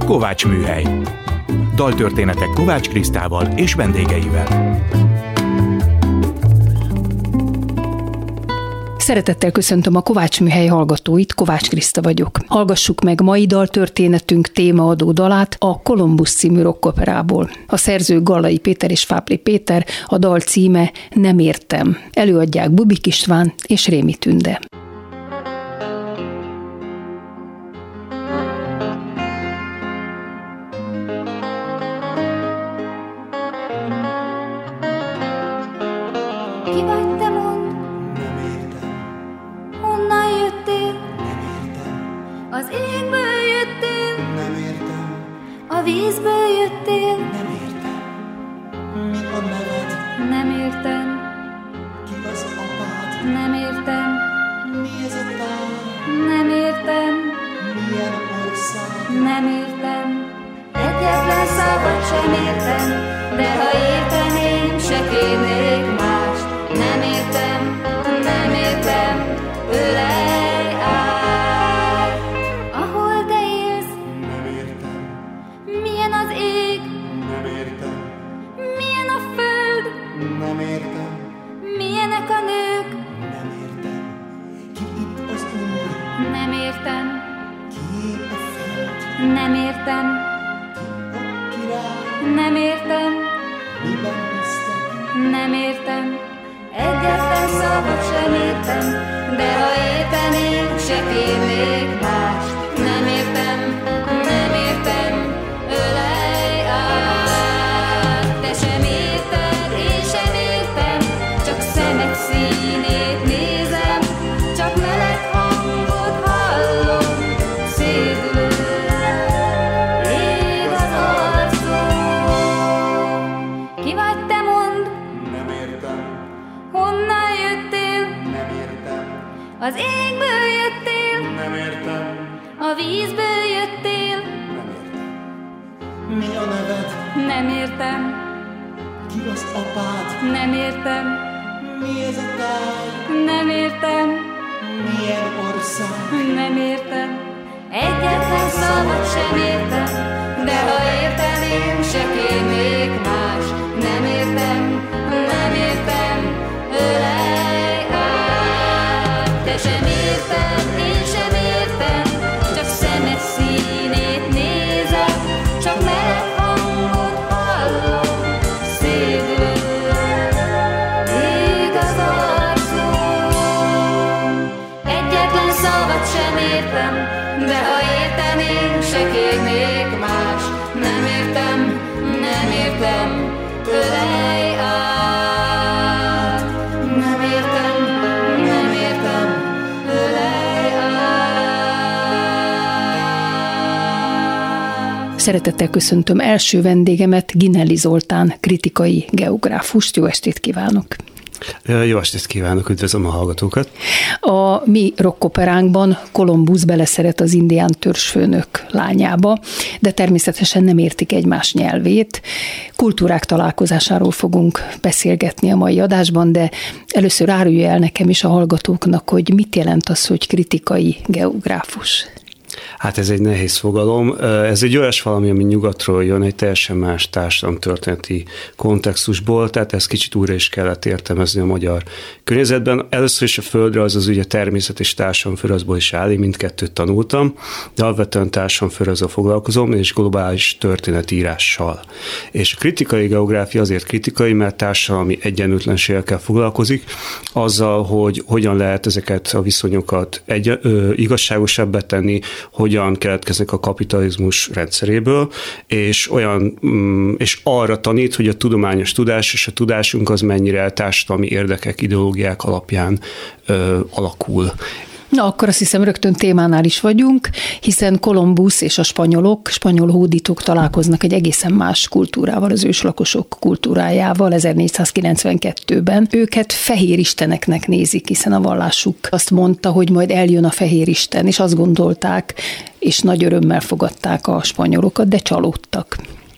Kovács Műhely. Daltörténetek Kovács Krisztával és vendégeivel. Szeretettel köszöntöm a Kovács Műhely hallgatóit, Kovács Kriszta vagyok. Hallgassuk meg mai daltörténetünk témaadó dalát a Kolumbusz című rockoperából. A szerző Gallai Péter és Fábri Péter, a dal címe Nem értem. Előadják Bubik István és Rémi Tünde. Ki vagy te, mondd? Nem értem. Honnan jöttél? Nem értem. Az égből jöttél? Nem értem. A vízből jöttél? Nem értem. Mi a neved? Nem értem, Ki az apád? nem értem, Mi ez a táj? nem értem, Milyen ország? nem értem. Egyetlen szavat sem értem, de ha érteném, se kérnék mást. Nem értem, nem értem, ölej át. Ahol te élsz, Nem értem. milyen az ég, Nem értem. milyen a föld, Nem értem. milyenek a nők. Nem értem. Ki itt az Úr? Nem értem, Ki a föld? nem értem, A király? nem értem, Miben hisztek? nem értem. Egyetlen szavat sem értem, de ha érteném, se kérnék mást. Nem értem, nem értem, ölej át. Te sem érted, én sem értem, csak szemed színét nézem, csak meleg hangot hallom, szédülő ég az arcom. Ki vagy te, mondd? Nem értem. Honnan jöttél? Nem értem. Az égből jöttél? Nem értem. A vízből jöttél? Nem értem. Mi a neved? Nem értem, Ki az apád? nem értem, Mi ez a táj? nem értem, Milyen ország? nem értem. Egyetlen szavat sem értem, de ha érteném, se kérnék más. Nem értem, nem értem, ölej át. Te sem érted, én sem értem, csak szemed színét nézem, csak meleg hangot hallom, szédül ég az arcom. Egyetlen szavat sem értem, de ha érteném, se kérnék más. Nem értem, nem értem, ölej át. Nem értem, nem értem, ölej át. Szeretettel köszöntöm első vendégemet, Ginelli Zoltán, kritikai geográfust. Jó estét kívánok! Jó estét kívánok, üdvözlöm a hallgatókat! A mi rockoperánkban Kolumbusz beleszeret az indián törzsfőnök lányába, de természetesen nem értik egymás nyelvét. Kultúrák találkozásáról fogunk beszélgetni a mai adásban, de először árulja el nekem is a hallgatóknak, hogy mit jelent az, hogy kritikai geográfus. Hát ez egy nehéz fogalom. Ez egy olyas valami, ami nyugatról jön, egy teljesen más társadalomtörténeti kontextusból, tehát ezt kicsit újra is kellett értelmezni a magyar környezetben. Először is a földre, az ugye természet és társadalomföldrajzból is áll, én mindkettőt tanultam, de alapvetően társadalomföldrajzzal foglalkozom, és globális történetírással. És a kritikai geográfia azért kritikai, mert társadalmi egyenlőtlenségekkel foglalkozik, azzal, hogy hogyan lehet ezeket a viszonyokat igazságosabbá tenni, hogyan keletkeznek a kapitalizmus rendszeréből, és arra tanít, hogy a tudományos tudás és a tudásunk az mennyire társadalmi érdekek, ideológiák alapján alakul. Na, akkor azt hiszem rögtön témánál is vagyunk, hiszen Kolumbusz és a spanyol hódítók találkoznak egy egészen más kultúrával, az őslakosok kultúrájával 1492-ben. Őket fehér isteneknek nézik, hiszen a vallásuk azt mondta, hogy majd eljön a fehér isten, és azt gondolták, és nagy örömmel fogadták a spanyolokat, de csalódtak.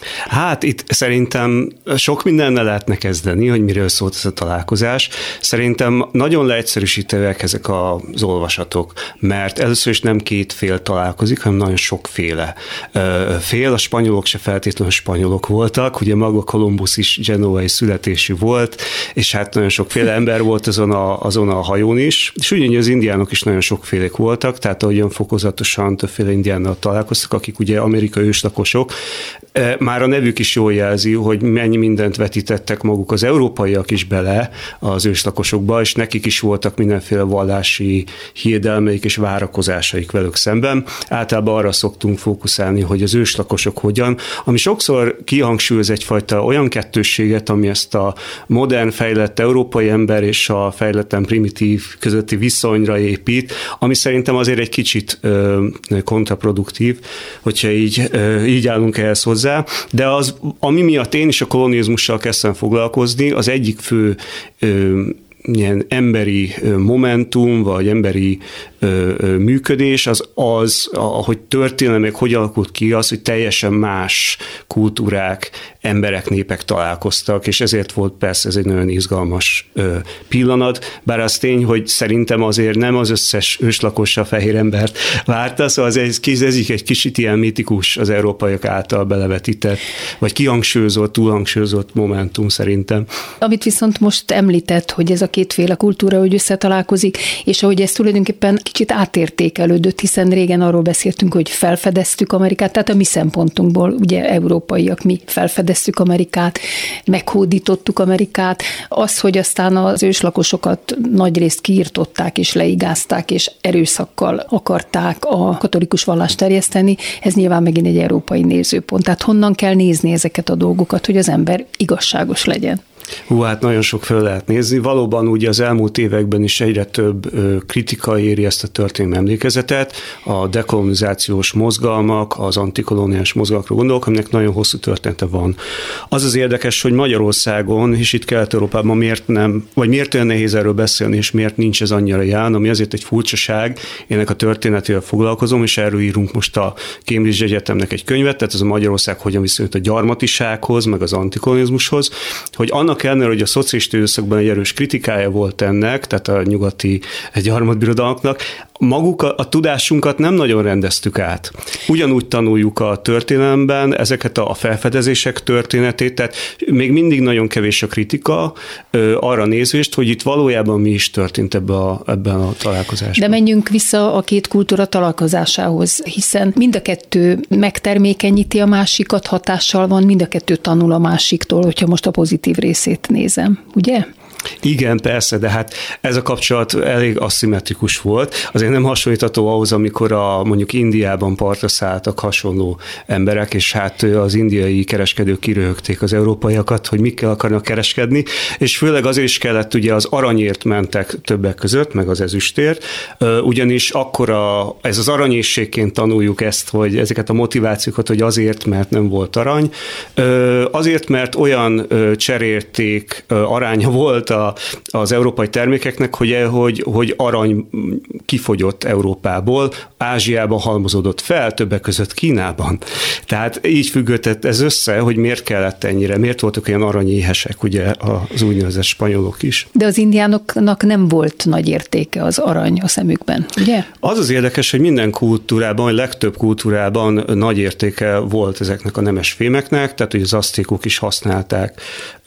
Hát itt szerintem sok mindennel lehetne kezdeni, hogy miről szólt ez a találkozás. Szerintem nagyon leegyszerűsítőek ezek az olvasatok, mert először is nem két fél találkozik, hanem nagyon sokféle fél. A spanyolok se feltétlenül spanyolok voltak, ugye maga Kolumbusz is genovai születésű volt, és hát nagyon sokféle ember volt azon a hajón is, és ugyanúgy az indiánok is nagyon sokfélék voltak, tehát ahogyan fokozatosan többféle indiánnal találkoztak, akik ugye amerikai őslakosok. Már a nevük is jól jelzi, hogy mennyi mindent vetítettek maguk az európaiak is bele az őslakosokba, és nekik is voltak mindenféle vallási hiedelmeik és várakozásaik velük szemben. Általában arra szoktunk fókuszálni, hogy az őslakosok hogyan, ami sokszor kihangsúlyoz egyfajta olyan kettősséget, ami ezt a modern, fejlett európai ember és a fejletten primitív közötti viszonyra épít, ami szerintem azért egy kicsit kontraproduktív, hogyha így állunk ehhez hozzá. De az, ami miatt én is a kolonializmussal kezdtem foglalkozni, az egyik fő ilyen emberi momentum, vagy emberi működés, az, ahogy történelmek hogy alakult ki, az, hogy teljesen más kultúrák, emberek, népek találkoztak, és ezért volt persze ez egy nagyon izgalmas pillanat, bár az tény, hogy szerintem azért nem az összes őslakossal fehér embert várta, szóval ez egy kicsit ilyen mitikus az európaiak által belevetített, vagy kihangsúlyozott, túlhangsúlyozott momentum szerintem. Amit viszont most említett, hogy ez a kétféle kultúra, hogy összetalálkozik, és ahogy ez tulajdonképpen kicsit átértékelődött, hiszen régen arról beszéltünk, hogy felfedeztük Amerikát, tehát a mi szempontunkból, ugye európaiak, mi felfedeztük Amerikát, meghódítottuk Amerikát. Az, hogy aztán az őslakosokat nagyrészt kiirtották és leigázták, és erőszakkal akarták a katolikus vallást terjeszteni, ez nyilván megint egy európai nézőpont. Tehát honnan kell nézni ezeket a dolgokat, hogy az ember igazságos legyen? Hát nagyon sok föl lehet nézni. Valóban ugye az elmúlt években is egyre több kritika éri ezt a történelmi emlékezetet. A dekolonizációs mozgalmak, az antikoloniális mozgalmakról gondolok, aminek nagyon hosszú története van. Az az érdekes, hogy Magyarországon és itt Kelet-Európában miért olyan nehéz erről beszélni, és miért nincs ez annyira jelen, ami azért egy furcsaság. Én ennek a történetével foglalkozom, és erről írunk most a Cambridge Egyetemnek egy könyvet, tehát ez a Magyarország hogyan viszonyult a gyarmatisághoz, meg az antikolonizmushoz, hogy annak ellenére, hogy a szocialista időszakban egy erős kritikája volt ennek, tehát a nyugati gyarmatbirodalmaknak, maguk a tudásunkat nem nagyon rendeztük át. Ugyanúgy tanuljuk a történelemben ezeket a felfedezések történetét, tehát még mindig nagyon kevés a kritika arra nézvést, hogy itt valójában mi is történt ebben a találkozásban. De menjünk vissza a két kultúra találkozásához, hiszen mind a kettő megtermékenyíti a másikat, hatással van, mind a kettő tanul a másiktól, hogyha most a pozitív részét nézem, ugye? Igen, persze, de hát ez a kapcsolat elég aszimmetrikus volt. Azért nem hasonlítható ahhoz, amikor mondjuk Indiában partra szálltak hasonló emberek, és hát az indiai kereskedők kiröhögték az európaiakat, hogy mikkel akarnak kereskedni, és főleg azért is kellett, ugye az aranyért mentek többek között, meg az ezüstért, ugyanis akkor ez az aranyészségként tanuljuk ezt, hogy ezeket a motivációkat, hogy azért, mert nem volt arany, azért, mert olyan cserérték aránya volt az európai termékeknek, hogy arany kifogyott Európából, Ázsiában halmozódott fel, többek között Kínában. Tehát így függött ez össze, hogy miért kellett ennyire, miért voltak olyan aranyéhesek, ugye az úgynevezett spanyolok is. De az indiánoknak nem volt nagy értéke az arany a szemükben, ugye? Az az érdekes, hogy minden kultúrában, vagy legtöbb kultúrában nagy értéke volt ezeknek a nemes fémeknek, tehát hogy az aztékok is használták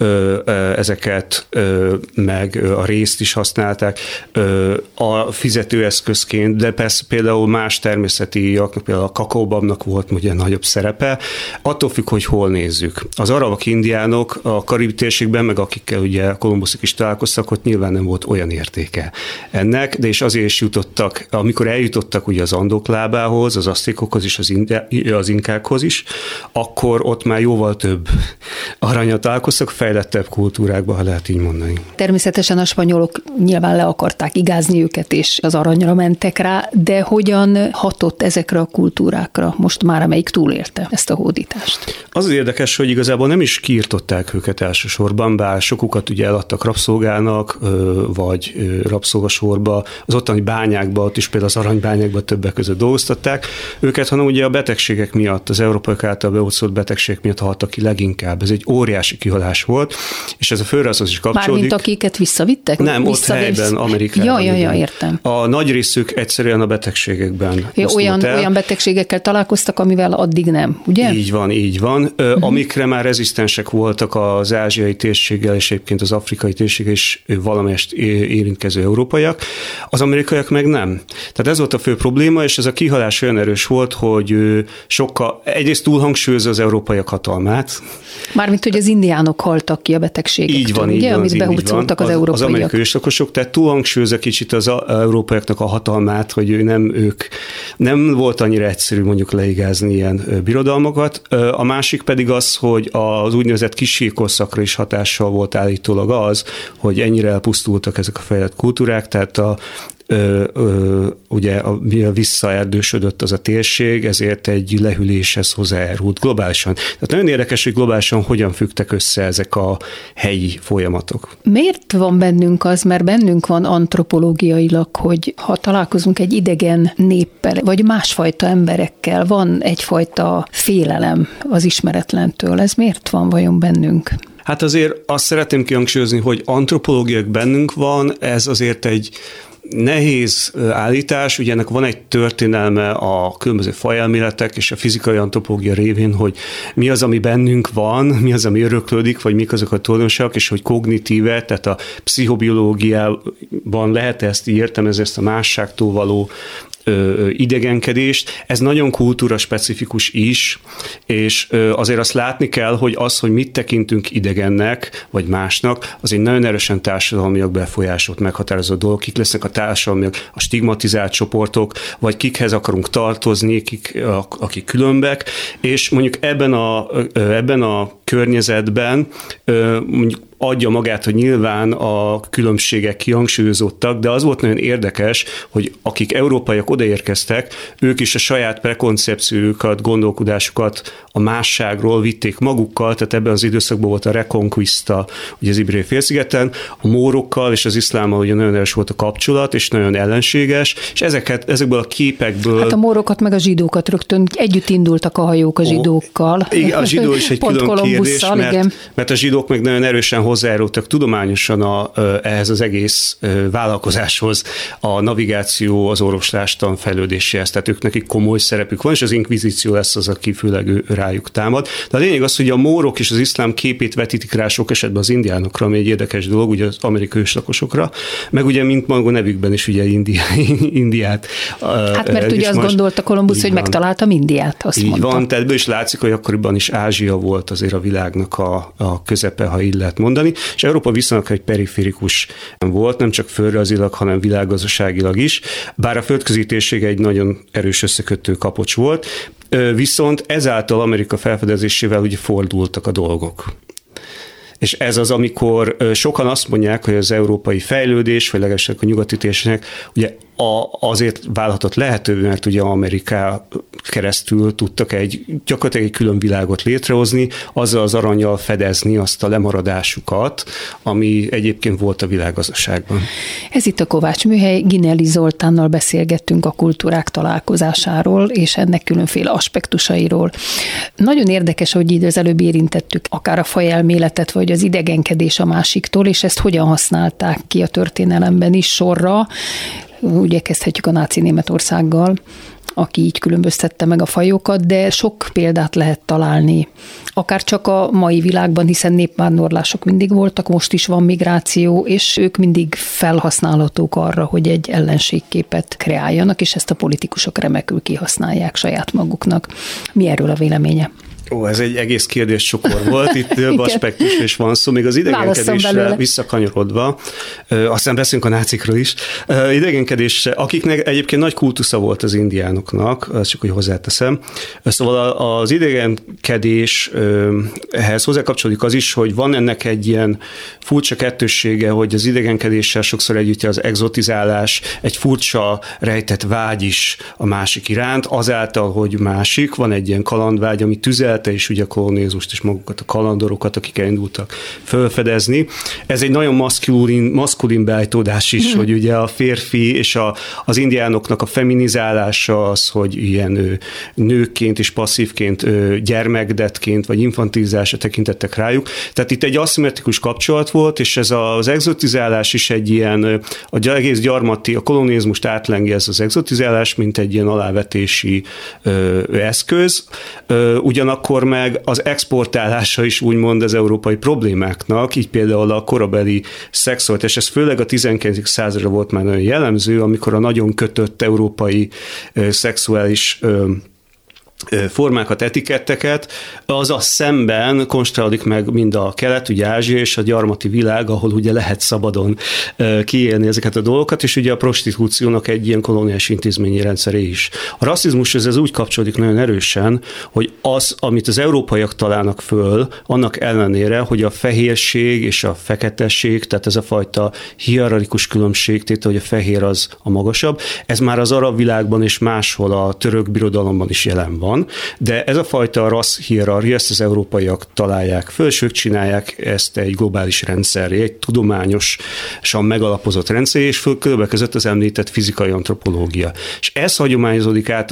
ezeket, meg a részt is használták a fizetőeszközként, de persze például más természeti íjaknak, például a kakaóbabnak volt ugye nagyobb szerepe, attól függ, hogy hol nézzük. Az arabok, indiánok a Karibi térségben, meg akikkel ugye Kolumbuszok is találkoztak, ott nyilván nem volt olyan értéke ennek, de és azért is jutottak, amikor eljutottak ugye az andok lábához, az aztékokhoz és az inkákhoz is, akkor ott már jóval több aranyat találkoztak, fejlettebb kultúrákban, ha lehet így mondani. Természetesen a spanyolok nyilván le akarták igázni őket, és az aranyra mentek rá, de hogyan hatott ezekre a kultúrákra most már, amelyik túlélte ezt a hódítást? Az érdekes, hogy igazából nem is kiirtották őket elsősorban, bár sokukat ugye eladtak rabszolgának, vagy rabszolgasorba, az ottani bányákba, ott is például az aranybányákban többek között dolgoztatták őket, hanem ugye a betegségek miatt, az európaiak által beosztott betegségek miatt haltak ki leginkább. Ez egy óriási kihalás volt, és ez a földrajzhoz is kapcsolódik. Mármint akiket visszavittek? Nem, ott helyben, Amerikában. Ja, értem. A nagy részük egyszerűen a betegségekben. Olyan betegségekkel találkoztak, amivel addig nem, ugye? Így van. Amikre már rezisztensek voltak az ázsiai térséggel, és egyébként az afrikai térséggel is valamelyest érintkező európaiak, az amerikaiak meg nem. Tehát ez volt a fő probléma, és ez a kihalás olyan erős volt, hogy sokkal, egyrészt túlhangsúlyozza az európaiak hatalmát. Mármint, hogy az indiánok haltak ki a betegségektől, így van, ugye, amit behurcoltak az európaiak. Az amerikai lakosok, tehát túlhangsúlyozza kicsit az európaiaknak a hatalmát, hogy ők nem volt annyira egyszerű mondjuk leigázni ilyen birodalmakat. A másik pedig az, hogy az úgynevezett kisírkorszakra is hatással volt állítólag az, hogy ennyire elpusztultak ezek a fejlett kultúrák, tehát ugye visszaerdősödött az a térség, ezért egy lehűléshez hozzájárult globálisan. Tehát nagyon érdekes, hogy globálisan hogyan függtek össze ezek a helyi folyamatok. Miért van bennünk az, mert bennünk van antropológiailag, hogy ha találkozunk egy idegen néppel, vagy másfajta emberekkel, van egyfajta félelem az ismeretlentől. Ez miért van vajon bennünk? Hát azért azt szeretném kihangsúlyozni, hogy antropológiák bennünk van, ez azért egy nehéz állítás, ugye ennek van egy történelme a különböző fajelméletek és a fizikai antropológia révén, hogy mi az, ami bennünk van, mi az, ami öröklődik, vagy mik azok a tulajdonosak, és hogy kognitíve, tehát a pszichobiológiában lehet ezt így értelmezni, ezt a másságtól való idegenkedést. Ez nagyon kultúra specifikus is, és azért azt látni kell, hogy az, hogy mit tekintünk idegennek, vagy másnak, az egy nagyon erősen társadalmiak befolyásolt meghatározó dolog. Kik lesznek a társadalmiak, a stigmatizált csoportok, vagy kikhez akarunk tartozni, akik különbek, és mondjuk ebben a környezetben mondjuk adja magát, hogy nyilván a különbségek kihangsúlyozottak, de az volt nagyon érdekes, hogy akik európaiak odaérkeztek, ők is a saját prekoncepciójukat, gondolkodásukat a másságról vitték magukkal, tehát ebben az időszakban volt a Reconquista, ugye az Ibériai félszigeten, a mórokkal és az iszlámmal ugye nagyon erős volt a kapcsolat, és nagyon ellenséges, és ezekből a képekből... Hát a mórokat meg a zsidókat rögtön együtt indultak a hajók a zsidókkal. Igen, a zsidó is egy külön kérdés, mert a zsidók meg nagyon erősen hozzájárultak tudományosan ehhez az egész vállalkozáshoz, a navigáció, az orvoslástan fejlődéséhez, tehát ők nekik komoly szerepük van, és az inkvizíció lesz az, aki főleg rájuk támad. De a lényeg az, hogy a mórok és az iszlám képét vetítik rá sok esetben az indiánokra, ami egy érdekes dolog, ugye az amerikai őslakosokra, meg ugye mint maga nevükben is ugye Indiát. Hát mert ugye azt gondolta Kolumbusz, hogy megtaláltam Indiát, azt így mondta. van, tehát ebből is látszik, hogy akkoriban is Ázsia volt azért a világnak a közepe, ha így lehet mondani, és Európa viszonylag egy periférikus volt, nem csak földrajzilag, hanem világgazdaságilag is, bár a földközi térség egy nagyon erős összekötő kapocs volt, viszont ezáltal Amerika felfedezésével ugye fordultak a dolgok. És ez az, amikor sokan azt mondják, hogy az európai fejlődés, vagy legalábbis a nyugati térségnek ugye azért válhatott lehetővé, mert ugye Ameriká keresztül tudtak gyakorlatilag egy külön világot létrehozni, azzal az arannyal fedezni azt a lemaradásukat, ami egyébként volt a világgazdaságban. Ez itt a Kovács Műhely, Ginelli Zoltánnal beszélgettünk a kultúrák találkozásáról, és ennek különféle aspektusairól. Nagyon érdekes, hogy így az előbb érintettük akár a fajelméletet, vagy az idegenkedés a másiktól, és ezt hogyan használták ki a történelemben is sorra. Ugye kezdhetjük a náci Németországgal, aki így különböztette meg a fajokat, de sok példát lehet találni, akár csak a mai világban, hiszen népvándorlások mindig voltak, most is van migráció, és ők mindig felhasználhatók arra, hogy egy ellenségképet kreáljanak, és ezt a politikusok remekül kihasználják saját maguknak. Mi erről a véleménye? Ez egy egész kérdéscsokor volt, itt több aspektusról is van szó, még az idegenkedésre visszakanyarodva, aztán beszélünk a nácikról is, idegenkedésre, akiknek egyébként nagy kultusza volt az indiánoknak, azt csak úgy hozzáteszem, szóval az idegenkedéshez hozzákapcsolódik az is, hogy van ennek egy ilyen furcsa kettőssége, hogy az idegenkedéssel sokszor együtt az egzotizálás, egy furcsa rejtett vágy is a másik iránt, azáltal, hogy másik, van egy ilyen kalandvágy, ami tüzelte is ugye a kolonializmust és magukat a kalandorokat, akik elindultak fölfedezni. Ez egy nagyon maszkulin beállítódás is, hogy ugye a férfi és az indiánoknak a feminizálása az, hogy ilyen nőként és passzívként, gyermekdetként vagy infantilizálásra tekintettek rájuk. Tehát itt egy aszimmetrikus kapcsolat volt, és ez az egzotizálás is egy ilyen, az egész gyarmati, a kolonializmust átlengi ez az egzotizálás, mint egy ilyen alávetési eszköz. Ugyanakkor meg az exportálása is úgymond az európai problémáknak, így például a korabeli szexualitás, és ez főleg a 19. századra volt már nagyon jellemző, amikor a nagyon kötött európai szexuális formákat, etiketteket, azaz szemben konstruálódik meg mind a kelet, ugye Ázsia és a gyarmati világ, ahol ugye lehet szabadon kiélni ezeket a dolgokat, és ugye a prostitúciónak egy ilyen koloniális intézményi rendszeré is. A rasszizmus ez úgy kapcsolódik nagyon erősen, hogy az, amit az európaiak találnak föl, annak ellenére, hogy a fehérség és a feketesség, tehát ez a fajta hierarchikus különbségtétel, hogy a fehér az a magasabb, ez már az arab világban és máshol a török birodalomban is jelen van. De ez a fajta rassz hierarchia, ezt az európaiak találják föl, és ők csinálják ezt egy globális rendszerré, egy tudományosan megalapozott rendszer, és többek között az említett fizikai antropológia. És ez hagyományozódik át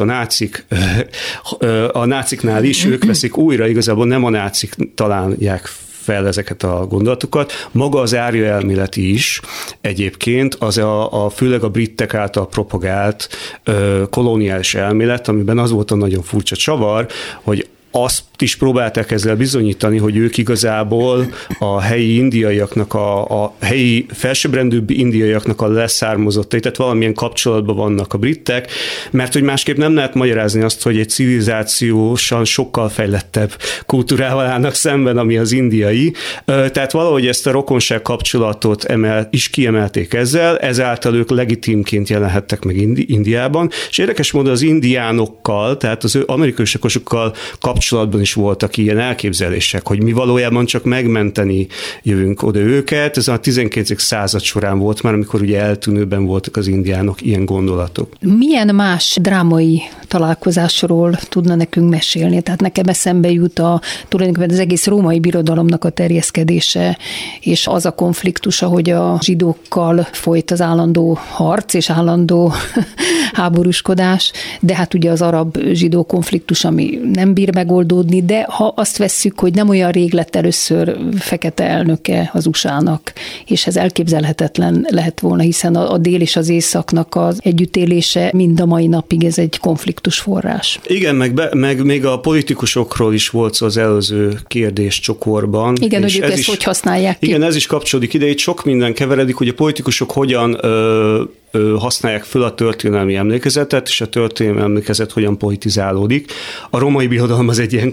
a náciknál is, ők veszik újra, igazából nem a nácik találják fel ezeket a gondolatokat. Maga az árja elméleti is egyébként, az főleg a britek által propagált koloniális elmélet, amiben az volt a nagyon furcsa csavar, hogy azt is próbálták ezzel bizonyítani, hogy ők igazából a helyi indiaiaknak, a helyi felsőbbrendű indiaiaknak a leszármazottai, tehát valamilyen kapcsolatban vannak a britek, mert hogy másképp nem lehet magyarázni azt, hogy egy civilizációsan sokkal fejlettebb kultúrával állnak szemben, ami az indiai. Tehát valahogy ezt a rokonság kapcsolatot is kiemelték ezáltal ők legitimként jelenhettek meg Indiában, és érdekes módon az indiánokkal, tehát az amerikai ősakosokkal kapcsolatban is voltak ilyen elképzelések, hogy mi valójában csak megmenteni jövünk oda őket. Ez a 19. század során volt már, amikor ugye eltűnőben voltak az indiánok ilyen gondolatok. Milyen más drámai találkozásról tudna nekünk mesélni? Tehát nekem eszembe jut tulajdonképpen az egész római birodalomnak a terjeszkedése, és az a konfliktus, ahogy a zsidókkal folyt az állandó harc és állandó háborúskodás, de hát ugye az arab-zsidó konfliktus, ami nem bír megoldódni, de ha azt vesszük, hogy nem olyan rég lett először fekete elnöke az USA-nak, és ez elképzelhetetlen lehet volna, hiszen a dél és az északnak az együttélése mind a mai napig ez egy konfliktus forrás. Igen, meg még a politikusokról is volt szó az előző kérdéscsokorban. Igen, hogy ők ezt hogy használják ki. Igen, ez is kapcsolódik ide, itt sok minden keveredik, hogy a politikusok hogyan használják föl a történelmi emlékezetet, és a történelmi emlékezet hogyan politizálódik. A római birodalom az egy ilyen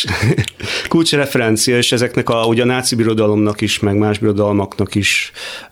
kulcsreferencia, és ezeknek ugye a náci birodalomnak is, meg más birodalmaknak is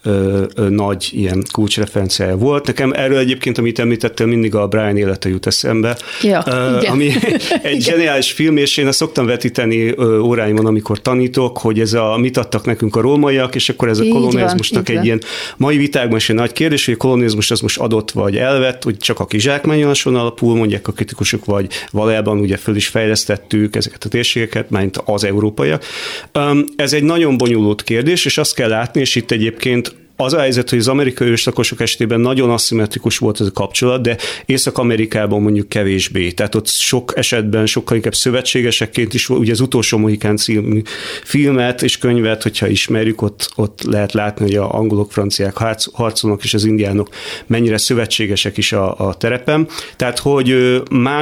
nagy ilyen kulcsreferenciája volt. Nekem erről egyébként, amit említettél, mindig a Brian élete jut eszembe, ami egy zseniális film, és én ezt szoktam vetíteni óráimon, amikor tanítok, hogy mit adtak nekünk a rómaiak, és akkor ez a kolonializmusnak egy ilyen mai vitákban is egy nagy kérdés, hogy a kolonializmus az most adott vagy elvett, hogy csak a kizsákmányoláson alapul, mondják a kritikusok, vagy valójában ugye föl is fejlesztettük ezeket a térségeket, mint az európaiak. Ez egy nagyon bonyolult kérdés, és azt kell látni, és itt egyébként az a helyzet, hogy az amerikai őslakosok esetében nagyon aszimmetrikus volt ez a kapcsolat, de Észak-Amerikában mondjuk kevésbé. Tehát ott sok esetben sokkal inkább szövetségesekként is, ugye az Utolsó Mohikán című filmet és könyvet, hogyha ismerjük, ott lehet látni, hogy a angolok, franciák harcolnak és az indiánok mennyire szövetségesek is a terepen. Tehát, hogy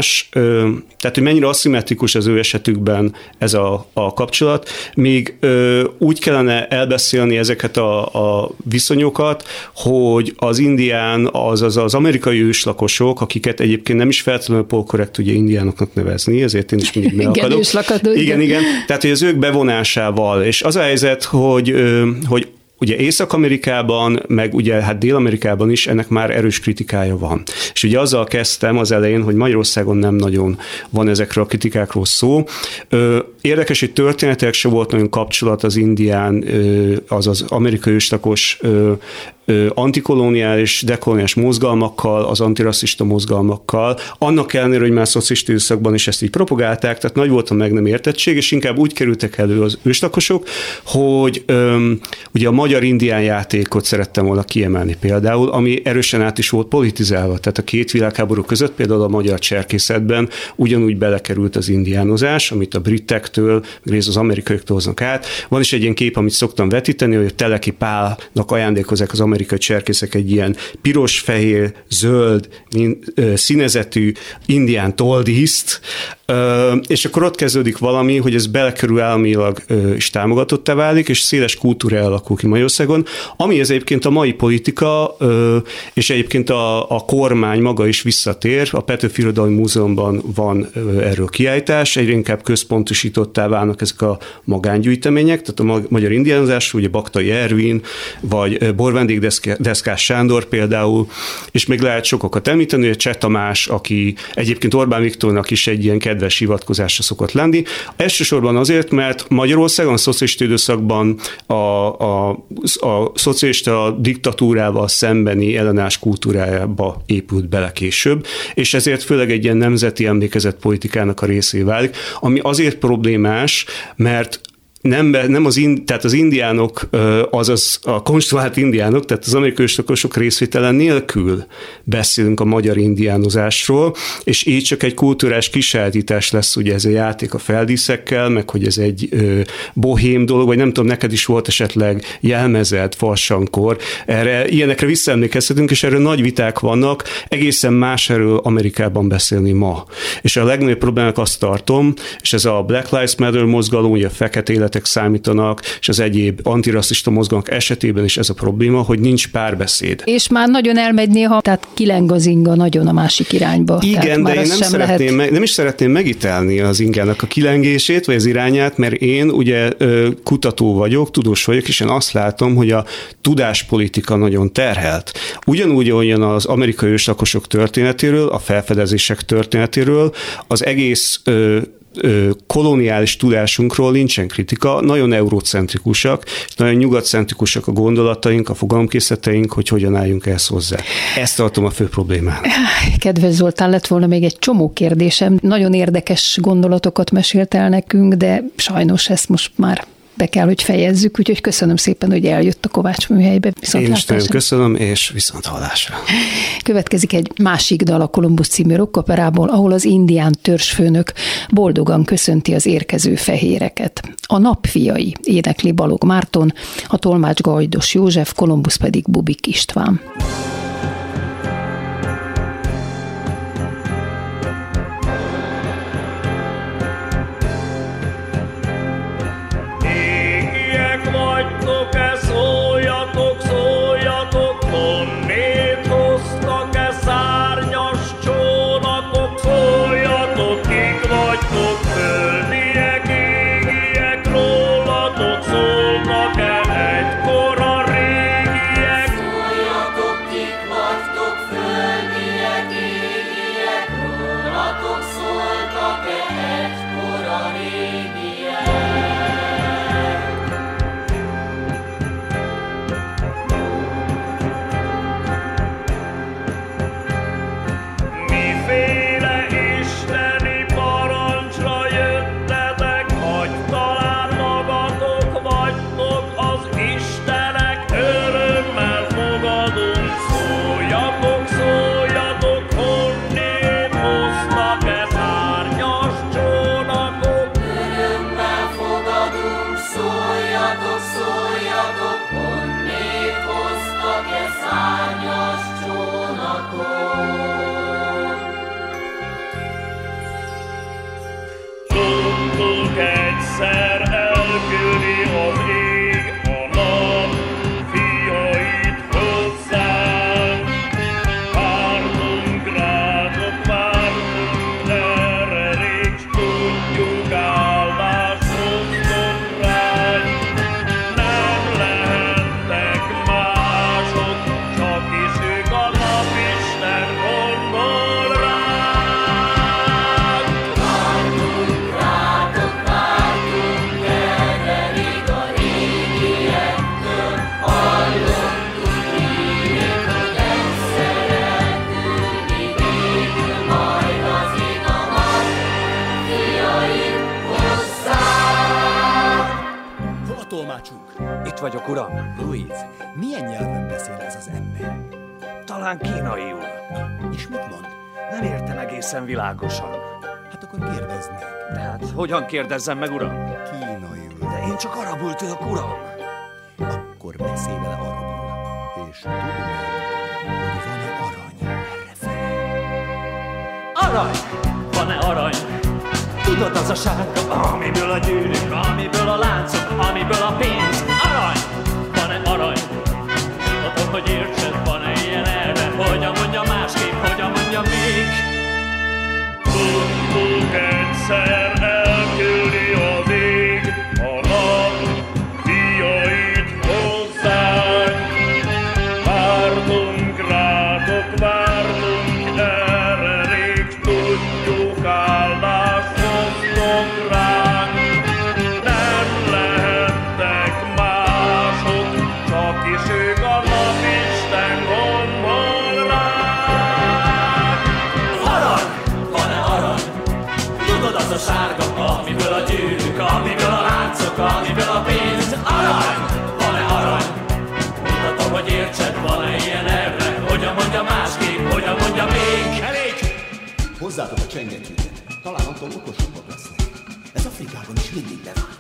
hogy mennyire aszimmetrikus az ő esetükben ez a kapcsolat, még úgy kellene elbeszélni ezeket a viszonyokat, hogy az indián, azaz az amerikai őslakosok, akiket egyébként nem is feltétlenül polkorrekt ugye indiánoknak nevezni, ezért én is mindig megakadok. Igen. Tehát, hogy az ők bevonásával, és az a helyzet, hogy ugye Észak-Amerikában, meg ugye hát Dél-Amerikában is ennek már erős kritikája van. És ugye azzal kezdtem az elején, hogy Magyarországon nem nagyon van ezekről a kritikákról szó. Érdekes, hogy történetileg se volt nagyon kapcsolat az indián, azaz amerikai őslakos antikoloniális, dekoloniális mozgalmakkal, az antirasszista mozgalmakkal, annak ellenére, hogy már szocialista időszakban is ezt így propagálták, tehát nagy volt a meg nem értettség, és inkább úgy kerültek elő az őslakosok, hogy ugye a magyar indián játékot szerettem volna kiemelni például, ami erősen át is volt politizálva, tehát a két világháború között például a magyar cserkészetben ugyanúgy belekerült az indiánozás, amit a britektől, rész az amerikaiaktól hoznak át. Van is egy ilyen kép, amit szoktam vetíteni, hogy a Teleki Pálnak ajándékozzák az amerikai cserkészek egy ilyen piros, fehér, zöld, színezetű indián toldíszt, és akkor ott kezdődik valami, hogy ez belekerül államilag is támogatottá válik, és széles kultúra alakul ki Magyarországon, ami ez egyébként a mai politika, és egyébként a kormány maga is visszatér. A Petőfi Irodalmi Múzeumban van erről kiállítás, egyre inkább központosítottá válnak ezek a magángyűjtemények, tehát a magyar indiánozás, ugye Baktai Ervin, vagy Borvendék-Deszkás Sándor például, és még lehet sokakat említeni, hogy Cseh Tamás, aki egyébként Orbán Viktornak is egy ilyen kedves hivatkozásra szokott lenni. Elsősorban azért, mert Magyarországon a szocialista időszakban a szocialista diktatúrával szembeni ellenállás kultúrájába épült bele később, és ezért főleg egy ilyen nemzeti emlékezetpolitikának a részé válik, ami azért problémás, mert tehát az indiánok, azaz a konstruált indiánok, tehát az amerikai őslakosok részvétele nélkül beszélünk a magyar indiánozásról, és így csak egy kulturális kisajátítás lesz, ugye ez a játék a feldíszekkel, meg hogy ez egy bohém dolog, vagy nem tudom, neked is volt esetleg jelmezed farsankor, ilyenekre visszaemlékezhetünk, és erről nagy viták vannak, egészen más erről Amerikában beszélni ma. És a legnagyobb problémák azt tartom, és ez a Black Lives Matter mozgalom, ugye a fekete élet számítanak, és az egyéb antirasszista mozgalmak esetében is ez a probléma, hogy nincs párbeszéd. És már nagyon elmegy néha, tehát kileng az inga nagyon a másik irányba. Igen, de én nem is szeretném megítelni az ingának a kilengését, vagy az irányát, mert én ugye kutató vagyok, tudós vagyok, és én azt látom, hogy a tudáspolitika nagyon terhelt. Ugyanúgy, ahogyan az amerikai őslakosok történetéről, a felfedezések történetéről, az egész koloniális tudásunkról nincsen kritika, nagyon eurocentrikusak, nagyon nyugatcentrikusak a gondolataink, a fogalomkészleteink, hogy hogyan álljunk ehhez hozzá. Ezt tartom a fő problémának. Kedves Zoltán, lett volna még egy csomó kérdésem. Nagyon érdekes gondolatokat mesélt el nekünk, de sajnos ezt most már be kell, hogy fejezzük, úgyhogy köszönöm szépen, hogy eljött a Kovács Műhelybe. Én is nagyon köszönöm, és viszonthallásra. Következik egy másik dal a Kolumbusz című rockoperából, ahol az indián törzsfőnök boldogan köszönti az érkező fehéreket. A napfiai énekli Balog Márton, a tolmács Gajdos József, Kolumbusz pedig Bubik István. Szóljatok, kik tolmácsunk? Itt vagyok, uram. Louise, milyen nyelven beszél ez az ember? Talán kínaiul. És mit mond? Nem értem egészen világosan. Hát akkor kérdezd meg. Tehát hogyan kérdezzem meg, uram? Kínaiul. De én csak arabul tudok, uram. Akkor beszélj vele arabul. És tudd meg, hogy van-e arany errefelé. Arany! Van-e arany? Tudod, az a sárga, amiből a gyűrűk, amiből a láncok, amiből a pénz. Arany! Van-e arany? Tudom, hogy értsed, van-e ilyen erre? Hogyan mondja másképp, hogyan mondja még? Tudtuk egyszer elküldi az ég a nap fiait hozzánk. Vártunk rátok, vártunk erre rég, tudjuk áldást hoztok ránk. Nem lehettek mások, csak is ők a napisten gondol ránk. Arany! Van-e arany? Tudod, az a sárga, amiből a gyűrűk, amiből a láncok, amiből a pénz. Arany! Van-e arany? Mutatom, hogy értsed, van-e ilyen erre? Hogyan mondja másképp, hogyan mondja még? Elég! Hozzátok a csengettyűket. Talán attól okosabbak lesznek. Ez Afrikában is mindig bevált.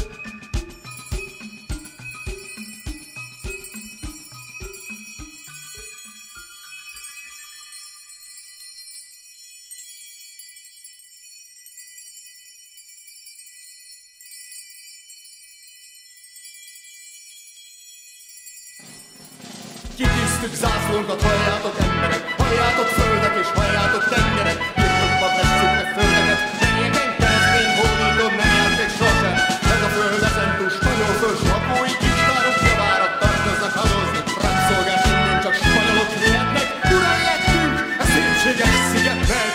Kitűztük zászlónkat, halljátok emberek, halljátok földek és halljátok tengerek. Birtokba vesszük meg földeket, melyeken keresztény hódítom nem járt még sosem. Ez a föld ezentúl spanyol föld, s lakói kincstárok javára tartoznak hadozni. Rabszolgás innen csak spanyolok vihetnek, urai lettünk a szépséges szigetnek.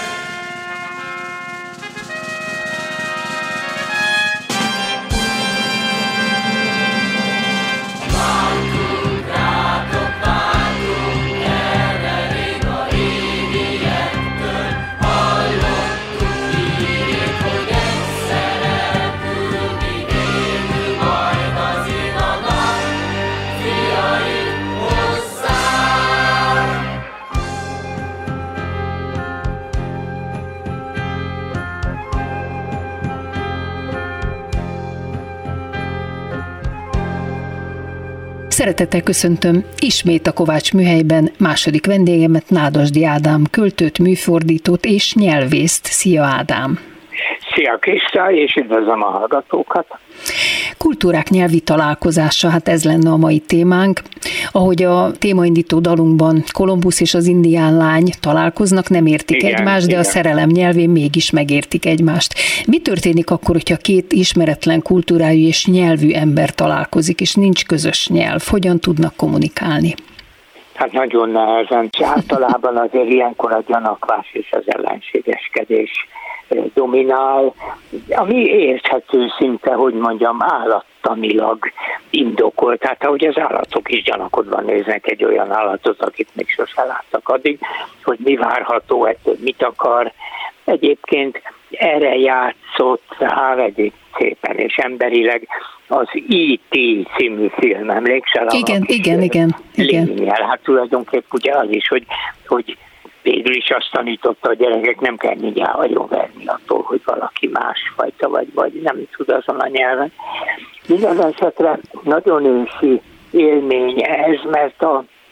Szeretettel köszöntöm ismét a Kovács Műhelyben második vendégemet, Nádasdy Ádám költőt, műfordítót és nyelvészt. Szia Ádám! Szia Kriszta, és üdvözlöm a hallgatókat! Kultúrák nyelvi találkozása, hát ez lenne a mai témánk. Ahogy a témaindító dalunkban Kolumbusz és az indián lány találkoznak, nem értik egymást, de a szerelem nyelvén mégis megértik egymást. Mi történik akkor, hogyha két ismeretlen kultúrájú és nyelvű ember találkozik, és nincs közös nyelv? Hogyan tudnak kommunikálni? Hát nagyon nehezen. Általában azért ilyenkor a gyanakvás és az ellenségeskedés dominál, ami érthető szinte, hogy mondjam, állattanilag indokolt. Tehát ahogy az állatok is gyanakodva néznek egy olyan állatot, akit még sosem láttak addig, hogy mi várható, ettől mit akar. Egyébként erre játszott Hávedék szépen és emberileg az E.T. című film, emlékszel? Igen. Lényel. Hát tulajdonképpen ugye az is, hogy végül is azt tanította a gyerekek, nem kell mindjárt agyonverni attól, hogy valaki másfajta vagy nem tud azon a nyelven. Minden esetre nagyon ősi élmény ez, mert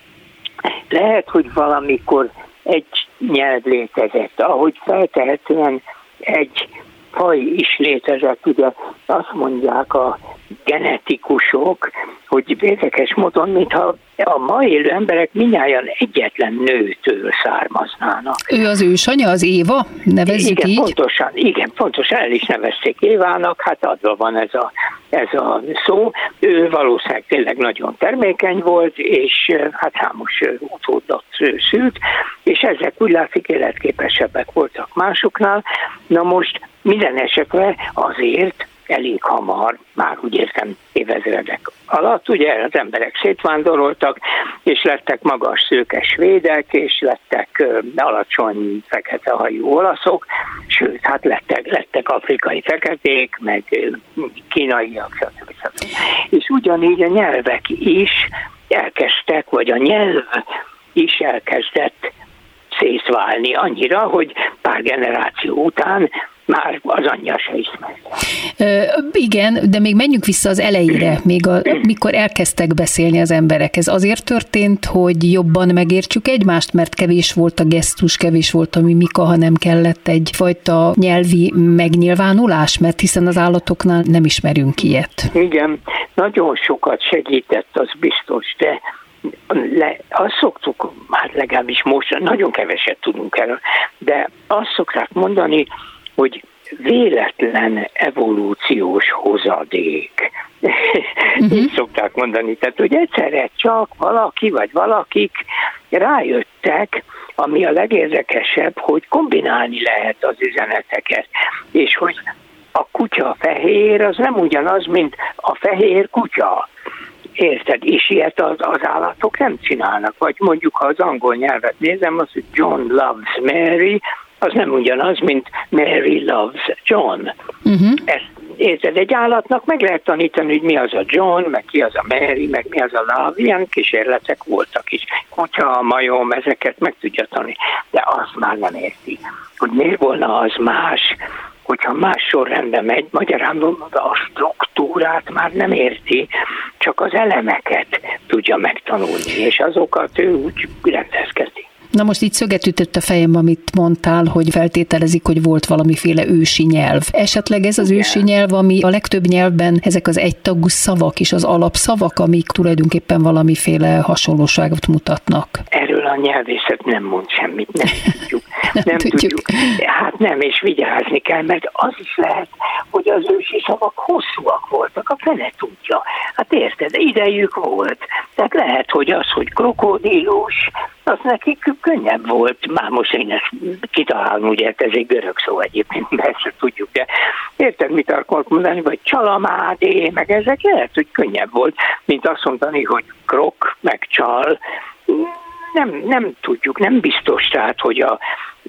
lehet, hogy valamikor egy nyelv létezett, ahogy feltehetően egy faj is létezett, ugye azt mondják a genetikusok, hogy érdekes módon, mintha a ma élő emberek mindnyájan egyetlen nőtől származnának. Ő az ősanya, az Éva? Nevezzük igen, így? Pontosan el is nevezték Évának, hát adva van ez a szó. Ő valószínűleg tényleg nagyon termékeny volt, és hát számos utódot szült, és ezek úgy látszik életképesebbek voltak másoknál. Na most minden esetre azért elég hamar, már úgy értem évezredek alatt, ugye az emberek szétvándoroltak, és lettek magas szőkes svédek, és lettek alacsony fekete hajú olaszok, sőt, hát lettek afrikai feketék, meg kínaiak, stb. És ugyanígy a nyelvek is elkezdtek, vagy a nyelv is elkezdett szétválni annyira, hogy pár generáció után már az anyja se ismerte. Igen, de még menjünk vissza az elejére, mikor elkezdtek beszélni az emberek. Ez azért történt, hogy jobban megértsük egymást, mert kevés volt a gesztus, kevés volt a mimika, hanem kellett egyfajta nyelvi megnyilvánulás, mert hiszen az állatoknál nem ismerünk ilyet. Igen, nagyon sokat segített, az biztos, de azt szoktuk, hát legalábbis most nagyon keveset tudunk erről, de azt szokták mondani, hogy véletlen evolúciós hozadék. Így szokták mondani. Tehát, hogy egyszerre csak valaki vagy valakik rájöttek, ami a legérdekesebb, hogy kombinálni lehet az üzeneteket, és hogy a kutya fehér az nem ugyanaz, mint a fehér kutya. Érted? És ilyet az állatok nem csinálnak. Vagy mondjuk, ha az angol nyelvet nézem, az, hogy John loves Mary, az nem ugyanaz, mint Mary loves John. Ezt, érted? Egy állatnak meg lehet tanítani, hogy mi az a John, meg ki az a Mary, meg mi az a Love. Ilyen kísérletek voltak is. Kutya, majom, ezeket meg tudja tanulni. De azt már nem érti, hogy miért volna az más, hogyha más sorrendben megy, magyarán a struktúrát már nem érti, csak az elemeket tudja megtanulni, és azokat ő úgy rendezkezi. Na most itt szöget ütött a fejem, amit mondtál, hogy feltételezik, hogy volt valamiféle ősi nyelv. Esetleg ez az ősi nyelv, ami a legtöbb nyelvben ezek az egytagú szavak és az alapszavak, amik tulajdonképpen valamiféle hasonlóságot mutatnak. Erről a nyelvészet nem mond semmit, nem tudjuk. nem tudjuk. Hát nem, és vigyázni kell, mert az is lehet, hogy az ősi szavak hosszúak voltak, a fene tudja. Hát érted, idejük volt. Tehát lehet, hogy az, hogy krokodilus, az nekik könnyebb volt. Már most én ezt kitalálom, ugye, ez egy görög szó egyébként, persze tudjuk, de érted, mit akarok mondani, vagy csalamádé, meg ezek lehet, hogy könnyebb volt, mint azt mondani, hogy krok, meg csal. Nem tudjuk, nem biztos, tehát, hogy a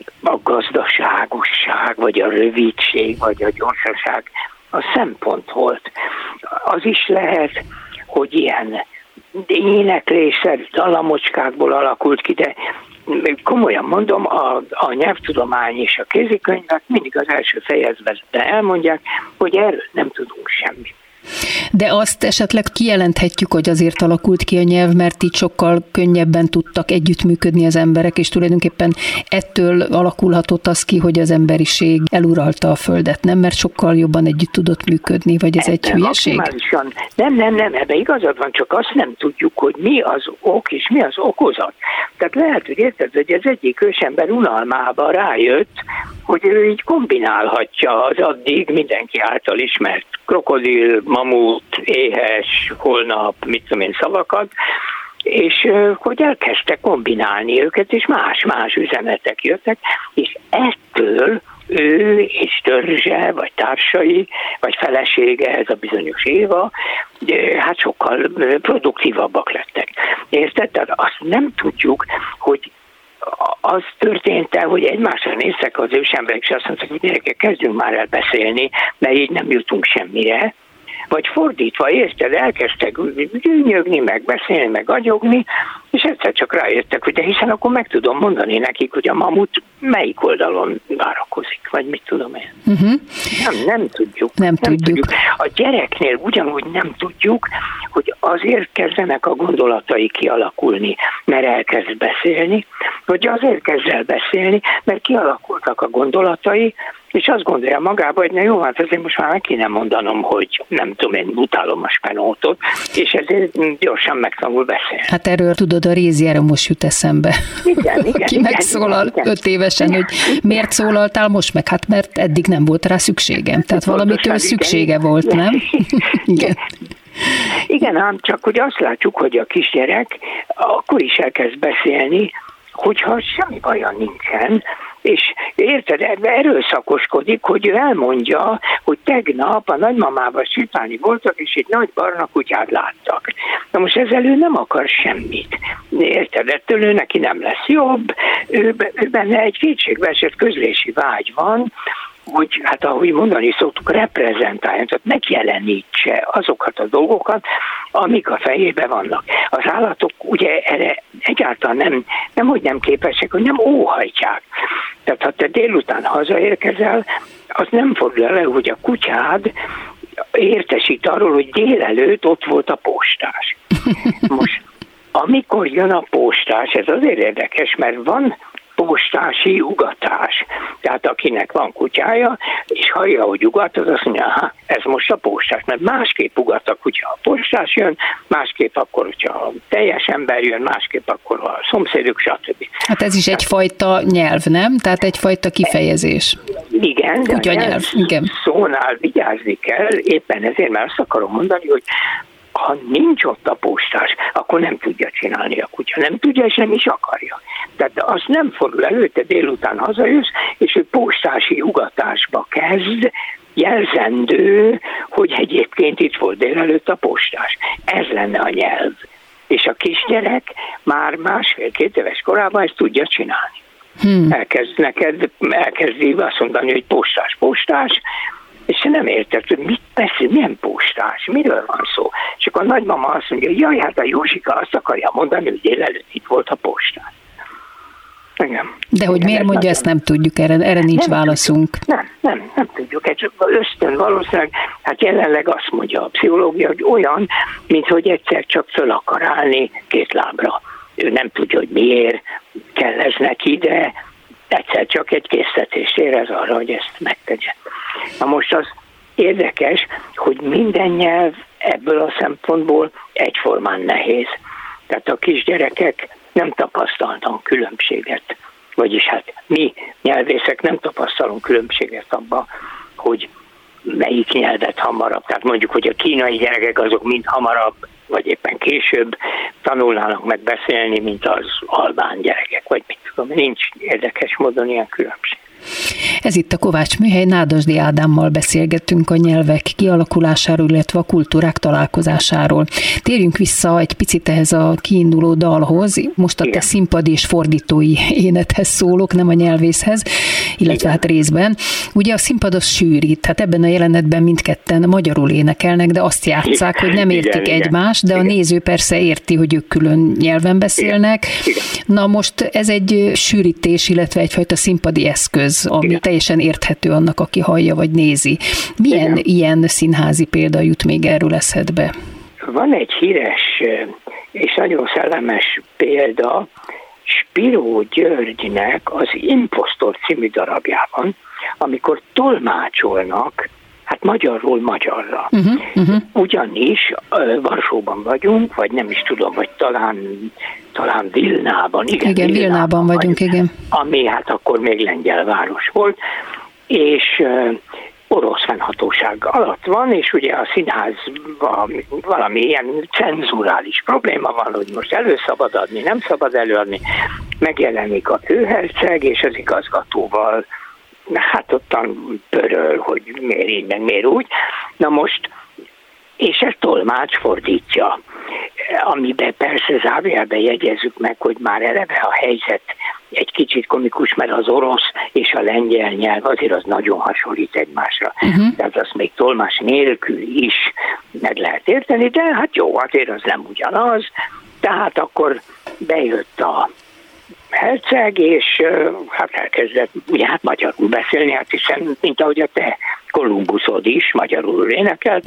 gazdaságosság, vagy a rövidség, vagy a gyorsaság a szempont volt. Az is lehet, hogy ilyen éneklésszerű dallamocskákból alakult ki, de komolyan mondom, a nyelvtudomány és a kézikönyvek mindig az első fejezetben elmondják, hogy erről nem tudunk semmit. De azt esetleg kijelenthetjük, hogy azért alakult ki a nyelv, mert így sokkal könnyebben tudtak együttműködni az emberek, és tulajdonképpen ettől alakulhatott az ki, hogy az emberiség eluralta a földet, nem? Mert sokkal jobban együtt tudott működni, vagy ez egy hülyeség? Nem, ebben igazad van, csak azt nem tudjuk, hogy mi az ok és mi az okozat. Tehát lehet, hogy érted, hogy az egyik ősember unalmában rájött, hogy ő így kombinálhatja az addig mindenki által ismert krokodil, mamut, éhes, holnap, mit tudom én szavakat, és hogy elkezdte kombinálni őket, és más-más üzenetek jöttek, és ettől ő és törzse, vagy társai, vagy felesége, ez a bizonyos Éva, hát sokkal produktívabbak lettek. Érted? Tehát azt nem tudjuk, hogy az történt el, hogy egymásra néztek az ősemberek, és azt mondták, hogy gyerekek, kezdjünk már el beszélni, mert így nem jutunk semmire. Vagy fordítva, érted, elkezdtek gyűnyögni, meg beszélni, meg agyogni, és egyszer csak rájöttek, hogy de hiszen akkor meg tudom mondani nekik, hogy a mamut melyik oldalon várakozik, vagy mit tudom én. Nem tudjuk. Nem tudjuk. A gyereknél ugyanúgy nem tudjuk, hogy azért kezdenek a gondolatai kialakulni, mert elkezd beszélni, vagy azért kezd el beszélni, mert kialakultak a gondolatai, és azt gondolja magába, hogy na jó, hát ezért most már meg kéne mondanom, hogy nem tudom, én utálom a spenótot, és ezért gyorsan megtanul beszélni. Hát erről tudod, a Réziára most jut eszembe. Igen. Ki megszólal 5 évesen, hogy miért szólaltál most meg? Hát mert eddig nem volt rá szükségem. Tehát valamitől szüksége volt, nem? Igen. Igen, ám csak hogy azt látjuk, hogy a kisgyerek akkor is elkezd beszélni, hogyha semmi baja nincsen, és érted, erőszakoskodik, hogy ő elmondja, hogy tegnap a nagymamával sétálni voltak, és egy nagy barna kutyát láttak. Na most ezzel ő nem akar semmit. Érted, ettől ő neki nem lesz jobb, ő benne egy kétségbeesett közlési vágy van, hogy hát ahogy mondani szoktuk, reprezentáljon, tehát megjelenítse azokat a dolgokat, amik a fejében vannak. Az állatok ugye erre egyáltalán nem, hogy nem képesek, hogy nem óhajtják. Tehát ha te délután hazaérkezel, az nem fordul elő, hogy a kutyád értesít arról, hogy délelőtt ott volt a postás. Most amikor jön a postás, ez azért érdekes, mert van postási ugatás. Tehát akinek van kutyája, és hallja, hogy ugat, az azt mondja, ez most a postás, mert másképp ugat a kutya, a postás jön, másképp akkor, hogyha teljes ember jön, másképp akkor a szomszédok, stb. Hát ez is egyfajta nyelv, nem? Tehát egyfajta kifejezés. Igen, de kutyanyelv, igen. Szónál vigyázni kell, éppen ezért, mert azt akarom mondani, hogy ha nincs ott a postás, akkor nem tudja csinálni a kutya. Nem tudja, és nem is akarja. Tehát az nem fordul elő, te délután hazajössz, és ő postási ugatásba kezd, jelzendő, hogy egyébként itt volt délelőtt a postás. Ez lenne a nyelv. És a kisgyerek már 1,5-2 éves korában ezt tudja csinálni. Elkezdi azt mondani, hogy postás, és nem érted, hogy mit beszél, milyen postás, miről van szó. És akkor a nagymama azt mondja, hogy jaj, hát a Józsika azt akarja mondani, hogy délelőtt itt volt a postás. Igen. De hogy miért mondja, ezt nem tudjuk, erre nincs válaszunk. Nem tudjuk. Ez ösztön valószínűleg, hát jelenleg azt mondja a pszichológia, hogy olyan, mint hogy egyszer csak föl akar állni 2 lábra. Ő nem tudja, hogy miért kell ez neki, de egyszer csak egy késztetést érez arra, hogy ezt megtegye. Na most az érdekes, hogy minden nyelv ebből a szempontból egyformán nehéz. Tehát a kisgyerekek nem tapasztalnak különbséget, vagyis hát mi nyelvészek nem tapasztalunk különbséget abban, hogy melyik nyelvet hamarabb. Tehát mondjuk, hogy a kínai gyerekek azok mind hamarabb, vagy éppen később tanulnának meg beszélni, mint az albán gyerekek, vagy mit tudom, nincs érdekes módon ilyen különbség. Ez itt a Kovács Műhely, Nádasdy Ádámmal beszélgettünk a nyelvek kialakulásáról, illetve a kultúrák találkozásáról. Térjünk vissza egy picit ehhez a kiinduló dalhoz. Most a te színpadi és fordítói énedhez szólok, nem a nyelvészhez, illetve hát részben. Ugye a színpad az sűrít, hát ebben a jelenetben mindketten magyarul énekelnek, de azt játsszák, hogy nem értik egymást, de a néző persze érti, hogy ők külön nyelven beszélnek. Na most ez egy sűrítés, illetve egyfajta színpadi eszköz, ami teljesen érthető annak, aki hallja vagy nézi. Milyen ilyen színházi példa jut még erről eszedbe? Van egy híres és nagyon szellemes példa Spiró Györgynek az Imposztor című darabjában, amikor tolmácsolnak, hát magyarról magyarra. Ugyanis Varsóban vagyunk, vagy nem is tudom, vagy talán Vilnában. Igen, Vilnában vagyunk, igen. Ami hát akkor még lengyel város volt, és orosz fennhatóság alatt van, és ugye a színházban valami ilyen cenzurális probléma van, hogy most szabad adni, nem szabad előadni. Megjelenik a főherceg, és az igazgatóval hát ottan pöröl, hogy miért így, meg miért úgy. Na most, és ezt tolmács fordítja, amiben persze zárójelben jegyezzük meg, hogy már eleve a helyzet egy kicsit komikus, mert az orosz és a lengyel nyelv azért az nagyon hasonlít egymásra. Tehát azt még tolmács nélkül is meg lehet érteni, de hát jó, azért az nem ugyanaz. Tehát akkor bejött a herceg, és hát elkezdett ugye hát magyarul beszélni, hát hiszen, mint ahogy a te Kolumbuszod is magyarul énekelt,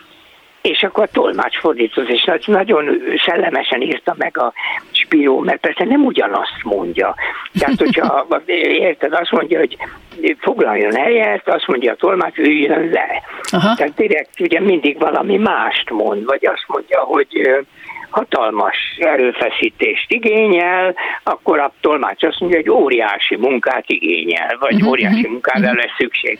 és akkor a tolmács fordított, és nagyon szellemesen írta meg a Spiró, mert persze nem ugyanazt mondja. Tehát, hogyha érted, azt mondja, hogy foglaljon helyet, azt mondja a tolmács, üljön le. Aha. Tehát direkt ugye mindig valami mást mond, vagy azt mondja, hogy hatalmas erőfeszítést igényel, akkor a tolmács azt mondja, hogy óriási munkát igényel, vagy óriási munkára lesz szükség.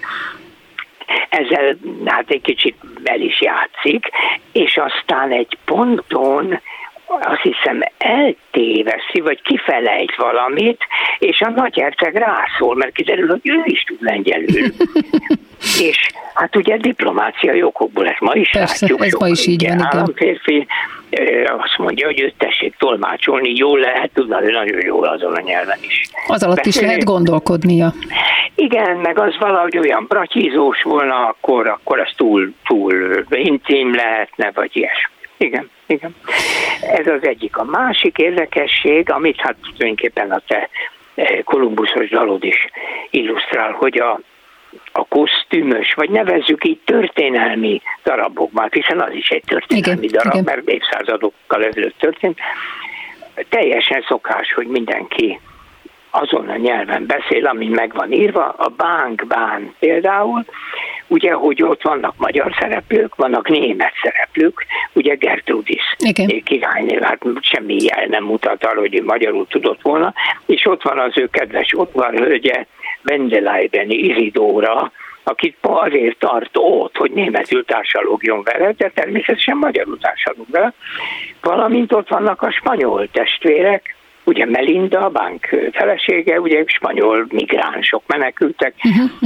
Ezzel hát egy kicsit el is játszik, és aztán egy ponton azt hiszem eltéveszi, vagy kifelejt valamit, és a nagyherceg rászól, mert kiderül, hogy ő is tud lengyelül. És hát ugye diplomáciai okokból ezt ma is persze, látjuk. ez ma is így van, igen. Államférfi azt mondja, hogy őt tessék tolmácsolni, jól lehet tudni, nagyon jól azon a nyelven is. Az alatt is lehet gondolkodnia. Igen, meg az valahogy olyan bratyízós volna, akkor az túl intim lehetne, vagy ilyesmi. Igen. Ez az egyik. A másik érdekesség, amit hát tulajdonképpen a te kolumbuszos dalod is illusztrál, hogy a kosztümös, vagy nevezzük így történelmi darabokban, hiszen az is egy történelmi darab, mert évszázadokkal ezelőtt történt. Teljesen szokás, hogy mindenki azon a nyelven beszél, amin meg van írva, a bánkbán például, ugye, hogy ott vannak magyar szereplők, vannak német szereplők, ugye Gertrudis királynő, hát semmi jel nem mutat arra, hogy ő magyarul tudott volna, és ott van az ő kedves udvarhölgye, Vendelaibeni Izidóra, akit azért tart ott, hogy németül társalogjon vele, de természetesen magyarul társalog vele, valamint ott vannak a spanyol testvérek, ugye Melinda, a bánk felesége, ugye spanyol migránsok menekültek,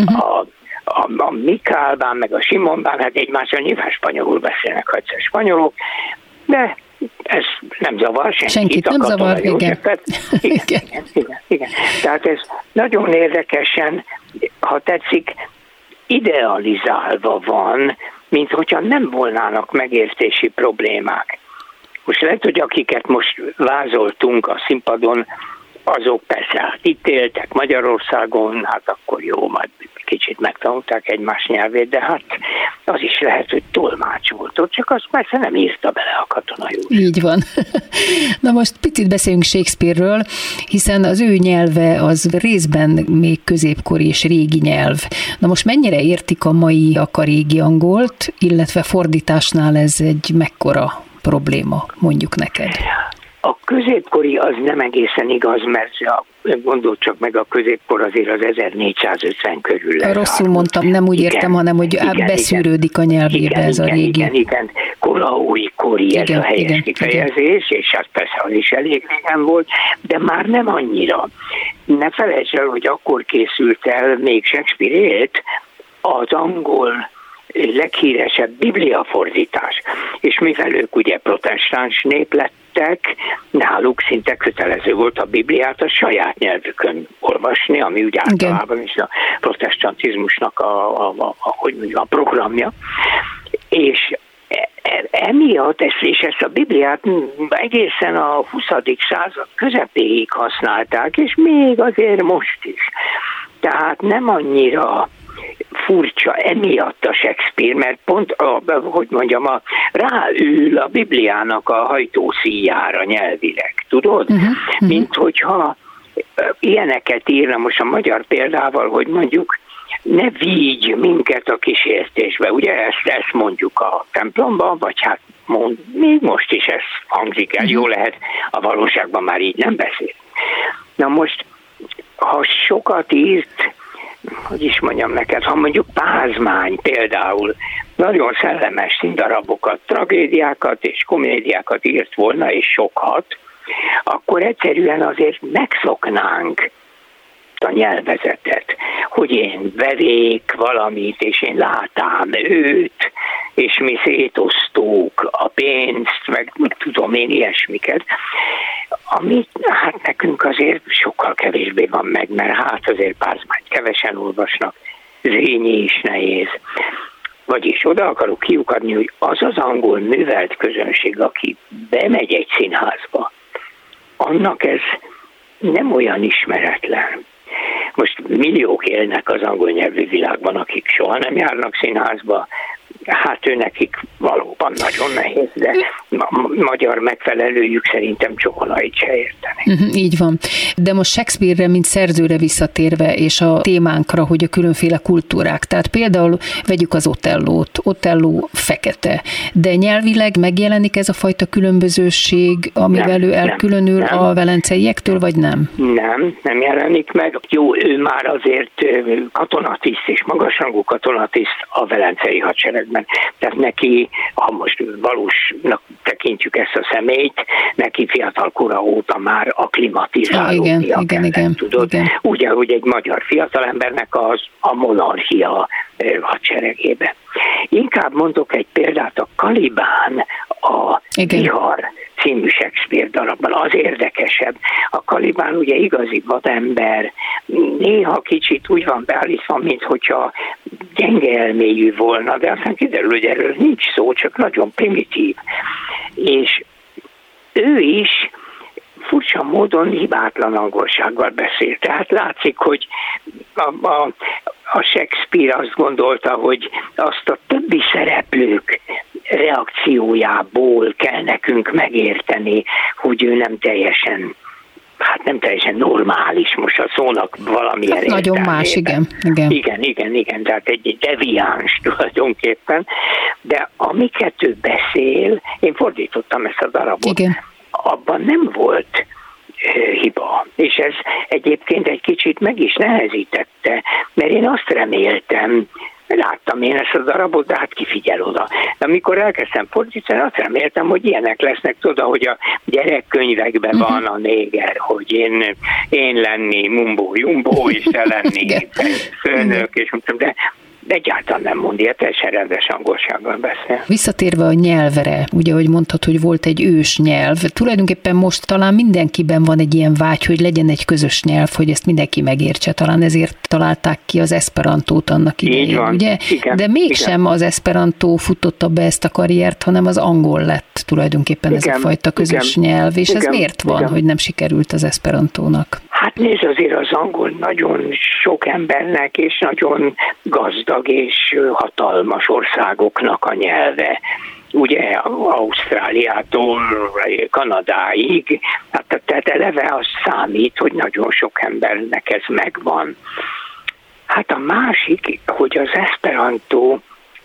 a Mikálbán, meg a Simonbán, hát egymással nyilván spanyolul beszélnek, ha egyszer spanyolok, de ez nem zavar senkit nem zavar, igen. Igen. Tehát ez nagyon érdekesen, ha tetszik, idealizálva van, mint hogyha nem volnának megértési problémák. Most lehet, hogy akiket most vázoltunk a színpadon, azok persze hát itt éltek Magyarországon, hát akkor jó, majd kicsit megtanulták egymás nyelvét, de hát az is lehet, hogy tolmács volt ott, csak azt persze nem írta bele a Katona József. Így van. Na most picit beszéljünk Shakespeare-ről, hiszen az ő nyelve az részben még középkori és régi nyelv. Na most mennyire értik a maiak a régi angolt, illetve fordításnál ez egy mekkora probléma, mondjuk neked? A középkori az nem egészen igaz, mert gondold csak meg, a középkor azért az 1450 körül lesz. Rosszul mondtam, nem úgy értem, hanem hogy beszűrődik a nyelvébe ez a régi. Igen, kolaói kori ez a helyes kifejezés, és hát persze az is elég régen volt, de már nem annyira. Ne felejtsd el, hogy akkor készült el, még Shakespeare élt, az angol leghíresebb bibliafordítás. És mivel ők ugye protestáns nép lettek, náluk szinte kötelező volt a Bibliát a saját nyelvükön olvasni, ami ugye általában is a protestantizmusnak a programja. És emiatt, és ezt a Bibliát egészen a 20. század közepéig használták, és még azért most is. Tehát nem annyira furcsa emiatt a Shakespeare, mert pont, ráül a Bibliának a hajtószíjára nyelvileg, tudod? Mint hogyha ilyeneket írna most a magyar példával, hogy mondjuk ne vigy minket a kísértésbe. Ugye ezt mondjuk a templomban, vagy hát még most is ez hangzik el, jó lehet, a valóságban már így nem beszél. Na most, ha sokat írt, hogy is mondjam neked, ha mondjuk Pázmány például nagyon szellemes színdarabokat, tragédiákat és komédiákat írt volna, és sokat, akkor egyszerűen azért megszoknánk a nyelvezetet, hogy én verék valamit, és én látám őt, és mi szétosztók a pénzt, meg tudom én ilyesmiket, amit hát nekünk azért sokkal kevésbé van meg, mert hát azért Pázmányt kevesen olvasnak, Zrínyi is nehéz. Vagyis oda akarok kiukadni, hogy az az angol művelt közönség, aki bemegy egy színházba, annak ez nem olyan ismeretlen. Most milliók élnek az angol nyelvű világban, akik soha nem járnak színházba, hát ő nekik valóban nagyon nehéz, de magyar megfelelőjük szerintem csokonait se értenek. Így van. De most Shakespeare-re, mint szerzőre visszatérve, és a témánkra, hogy a különféle kultúrák. Tehát például vegyük az Otellót. Otelló fekete. De nyelvileg megjelenik ez a fajta különbözőség, amivel ő elkülönül a velenceiiektől, vagy nem? Nem jelenik meg. Jó, ő már azért katonatiszt és magasrangú katonatiszt a velencei hadsereg hadseregben. Tehát neki, ha most valósnak tekintjük ezt a személyt, neki fiatal kora óta már akklimatizálódnia kellett, tudod. Igen. Úgy, ahogy egy magyar fiatalembernek a monarchia hadseregében. Inkább mondok egy példát, a Kalibán, a Vihar című Shakespeare darabban. Az érdekesebb. A Kalibán ugye igazi vadember, néha kicsit úgy van beállítva, minthogyha gyenge elmélyű volna, de aztán kiderül, hogy erről nincs szó, csak nagyon primitív. És ő is furcsa módon hibátlan angolsággal beszél. Tehát látszik, hogy a Shakespeare azt gondolta, hogy azt a többi szereplők reakciójából kell nekünk megérteni, hogy ő nem teljesen normális, most a szónak valamilyen nagyon más, igen. Igen, tehát egy deviáns tulajdonképpen, de amiket ő beszél, én fordítottam ezt a darabot, igen. Abban nem volt hiba. És ez egyébként egy kicsit meg is nehezítette, mert én azt reméltem, láttam én ezt a darabot, de hát kifigyel oda. De amikor elkezdtem fordítani, azt reméltem, hogy ilyenek lesznek, tudod, hogy a gyerekkönyvekben van a néger, hogy én lenni Mumbo Jumbo, és te lenni főnök, és mondtam, de egyáltalán nem mond ilyet, teljesen rendes angolsággal beszél. Visszatérve a nyelvre, ugye, hogy mondtad, hogy volt egy ős nyelv, tulajdonképpen most talán mindenkiben van egy ilyen vágy, hogy legyen egy közös nyelv, hogy ezt mindenki megértse, talán ezért találták ki az esperantót annak idején, ugye? Igen, de mégsem az esperantó futotta be ezt a karriert, hanem az angol lett tulajdonképpen ez a fajta közös nyelv, és ez miért van, hogy nem sikerült az esperantónak? Hát nézd, azért az angol nagyon sok embernek, és nagyon gazdag és hatalmas országoknak a nyelve. Ugye Ausztráliától Kanadáig, tehát eleve az számít, hogy nagyon sok embernek ez megvan. Hát a másik, hogy az esperantó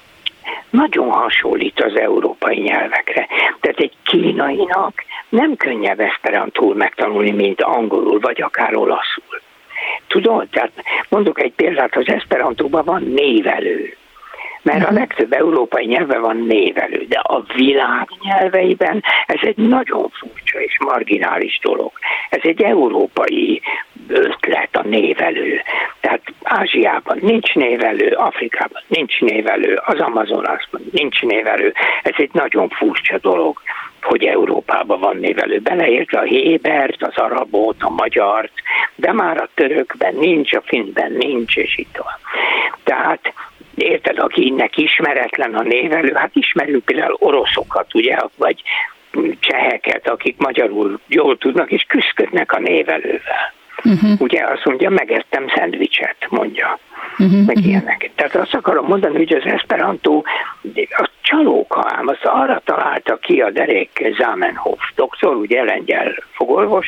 nagyon hasonlít az európai nyelvekre. Tehát egy kínainak nem könnyebb esperantól megtanulni, mint angolul, vagy akár olaszul. Tudod? Tehát mondok egy példát, az esperantóban van névelő. Mert a legtöbb európai nyelven van névelő, de a világ nyelveiben ez egy nagyon furcsa és marginális dolog. Ez egy európai ötlet, a névelő. Tehát Ázsiában nincs névelő, Afrikában nincs névelő, az Amazonasban nincs névelő. Ez egy nagyon furcsa dolog, hogy Európában van névelő. Beleértve a hébert, az arabot, a magyart, de már a törökben nincs, a finnben nincs, és itt van. Tehát érted, akinek ismeretlen a névelő, hát ismerünk például oroszokat, ugye, vagy cseheket, akik magyarul jól tudnak, és küszködnek a névelővel. Ugye azt mondja, megettem szendvicset, mondja. Meg ilyenek. Tehát azt akarom mondani, hogy az esperantó a csalóka ám, azt arra találta ki a Derek Zamenhof doktor, ugye lengyel fogorvos,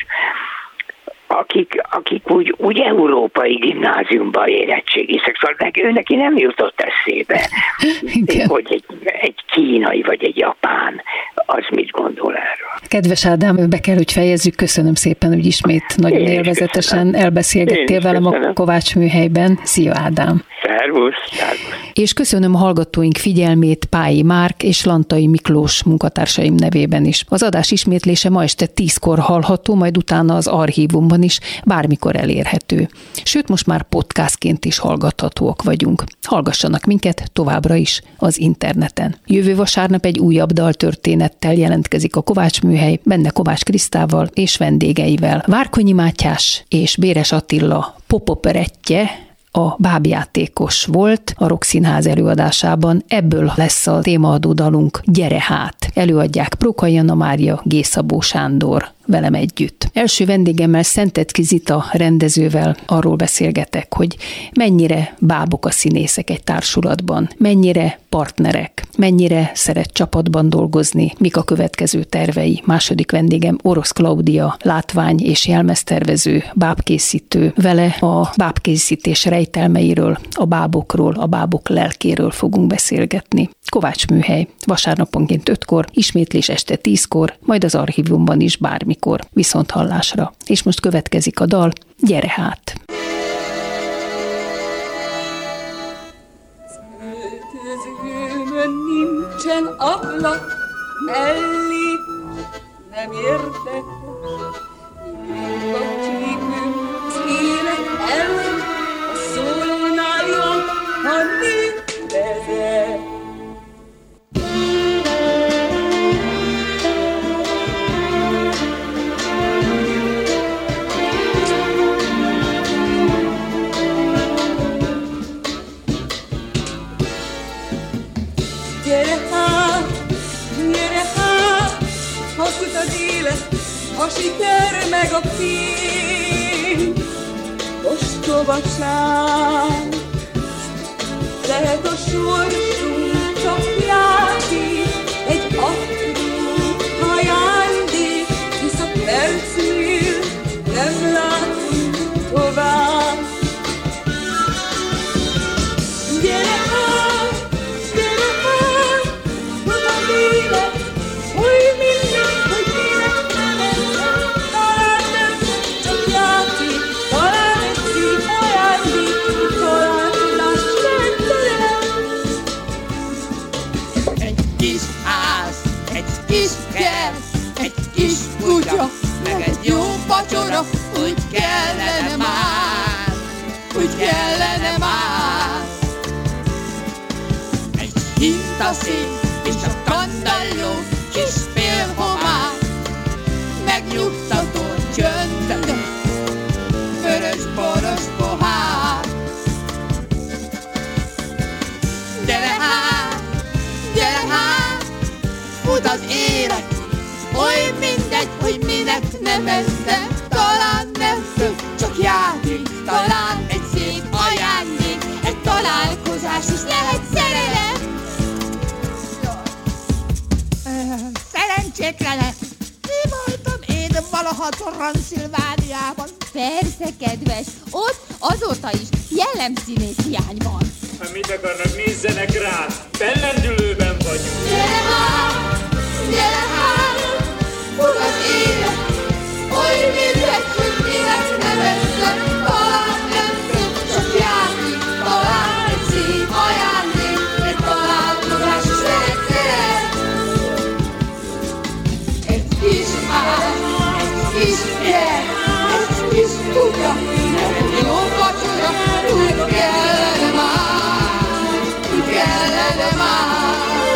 akik úgy európai gimnáziumban érettségiztek, szóval neki nem jutott eszébe, hogy egy kínai vagy egy japán az mit gondol erről. Kedves Ádám, be kell, hogy fejezzük. Köszönöm szépen, hogy ismét nagyon élvezetesen elbeszélgettél velem a Kovács műhelyben. Szia, Ádám! Szervusz! És köszönöm hallgatóink figyelmét Pályi Márk és Lantai Miklós munkatársaim nevében is. Az adás ismétlése ma este 10-kor hallható, majd utána az archívumban is bármikor elérhető. Sőt, most már podcastként is hallgathatóak vagyunk. Hallgassanak minket továbbra is az interneten. Jövő vasárnap egy újabb daltörténettel jelentkezik a Kovács műhely, benne Kovács Krisztával és vendégeivel. Várkonyi Mátyás és Béres Attila popoperettje, a bábjátékos volt a Rockszínház előadásában. Ebből lesz a témaadó dalunk Gyere hát! Előadják Prókai Anna Mária, G. Szabó Sándor velem együtt. Első vendégemmel Szentecki Zita rendezővel arról beszélgetek, hogy mennyire bábok a színészek egy társulatban, mennyire partnerek, mennyire szeret csapatban dolgozni, mik a következő tervei. Második vendégem Orosz Klaudia, látvány- és jelmeztervező, bábkészítő. Vele a bábkészítés rejtelmeiről, a bábokról, a bábok lelkéről fogunk beszélgetni. Kovács műhely, vasárnaponként 5-kor, ismétlés este 10-kor, majd az archívumban is bármikor, viszont hallásra. És most következik a dal, Gyere hát! Szeretkező nincsen ablak mellé, nem érdekes. Jobb a csípő az élet ellen, a szólónál jobb, ha létezett. Gyere hát, ha fut az élet, a siker meg a fény. Ostobaság, lehet a sorsunk csak játék, egy apró ajándék, hisz a percnél nem látunk tovább. Gyere hát, fut az élet, oly minden, hogy élet nem eszem, talán nem csak játék, talán egy szép ajándék, talán tudás legfelel. Egy kis ház, egy kis kert, egy kis kutya, meg egy jó vacsora, úgy kellene már, úgy kellene már. Egy hintaszék és a kandalló kis félhomár, megnyugtató csönd, vörös-boros pohár. Gyere hát, fut az élet, oly mindegy, hogy minek nevezze, talán nem több, csak játék, talán egy szép ajándék, egy találkozás is lehet szerelem. Szerencsétlenek! Mi voltam én valaha Transzilvániában? Persze, kedves, ott azóta is jellemszínész hiány van. Ha mit akarnak, nézzenek rá! Fellendülőben vagyunk! Gyere hát, fut az élet, oly mindegy, hogy minek nevezzek, talán nem több, csak játék, talán egy szép ajándék, egy találkozás is lehet szerelem. Egy kis ház, egy kis gyerek, egy kis kutya, egy jó vacsora, úgy kellene már, úgy kellene már.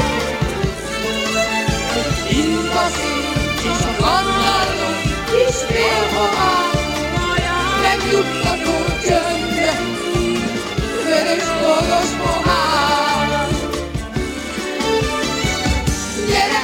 Egy intaszék és a kandalló kis félhomár, megnyugtató csöndbe, vörös-boros pohár. Gyere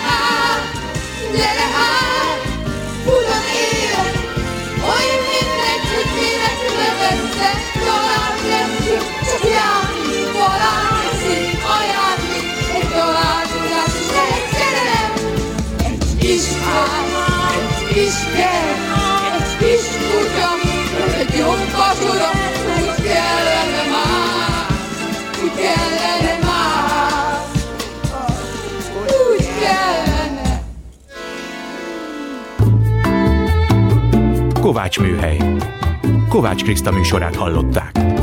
hát, fut az élet, oly mindegy, hogy minek nevezze, talán nem több, csak játék, talán egy szép ajándék, egy találkozás is lehet szerelem. Egy kis ház, egy kis kert, egy kis kutya, egy jobb vacsora, úgy kellene már, úgy kellene már, úgy kellene. Kovács Műhely. Kovács Kriszta műsorát hallották.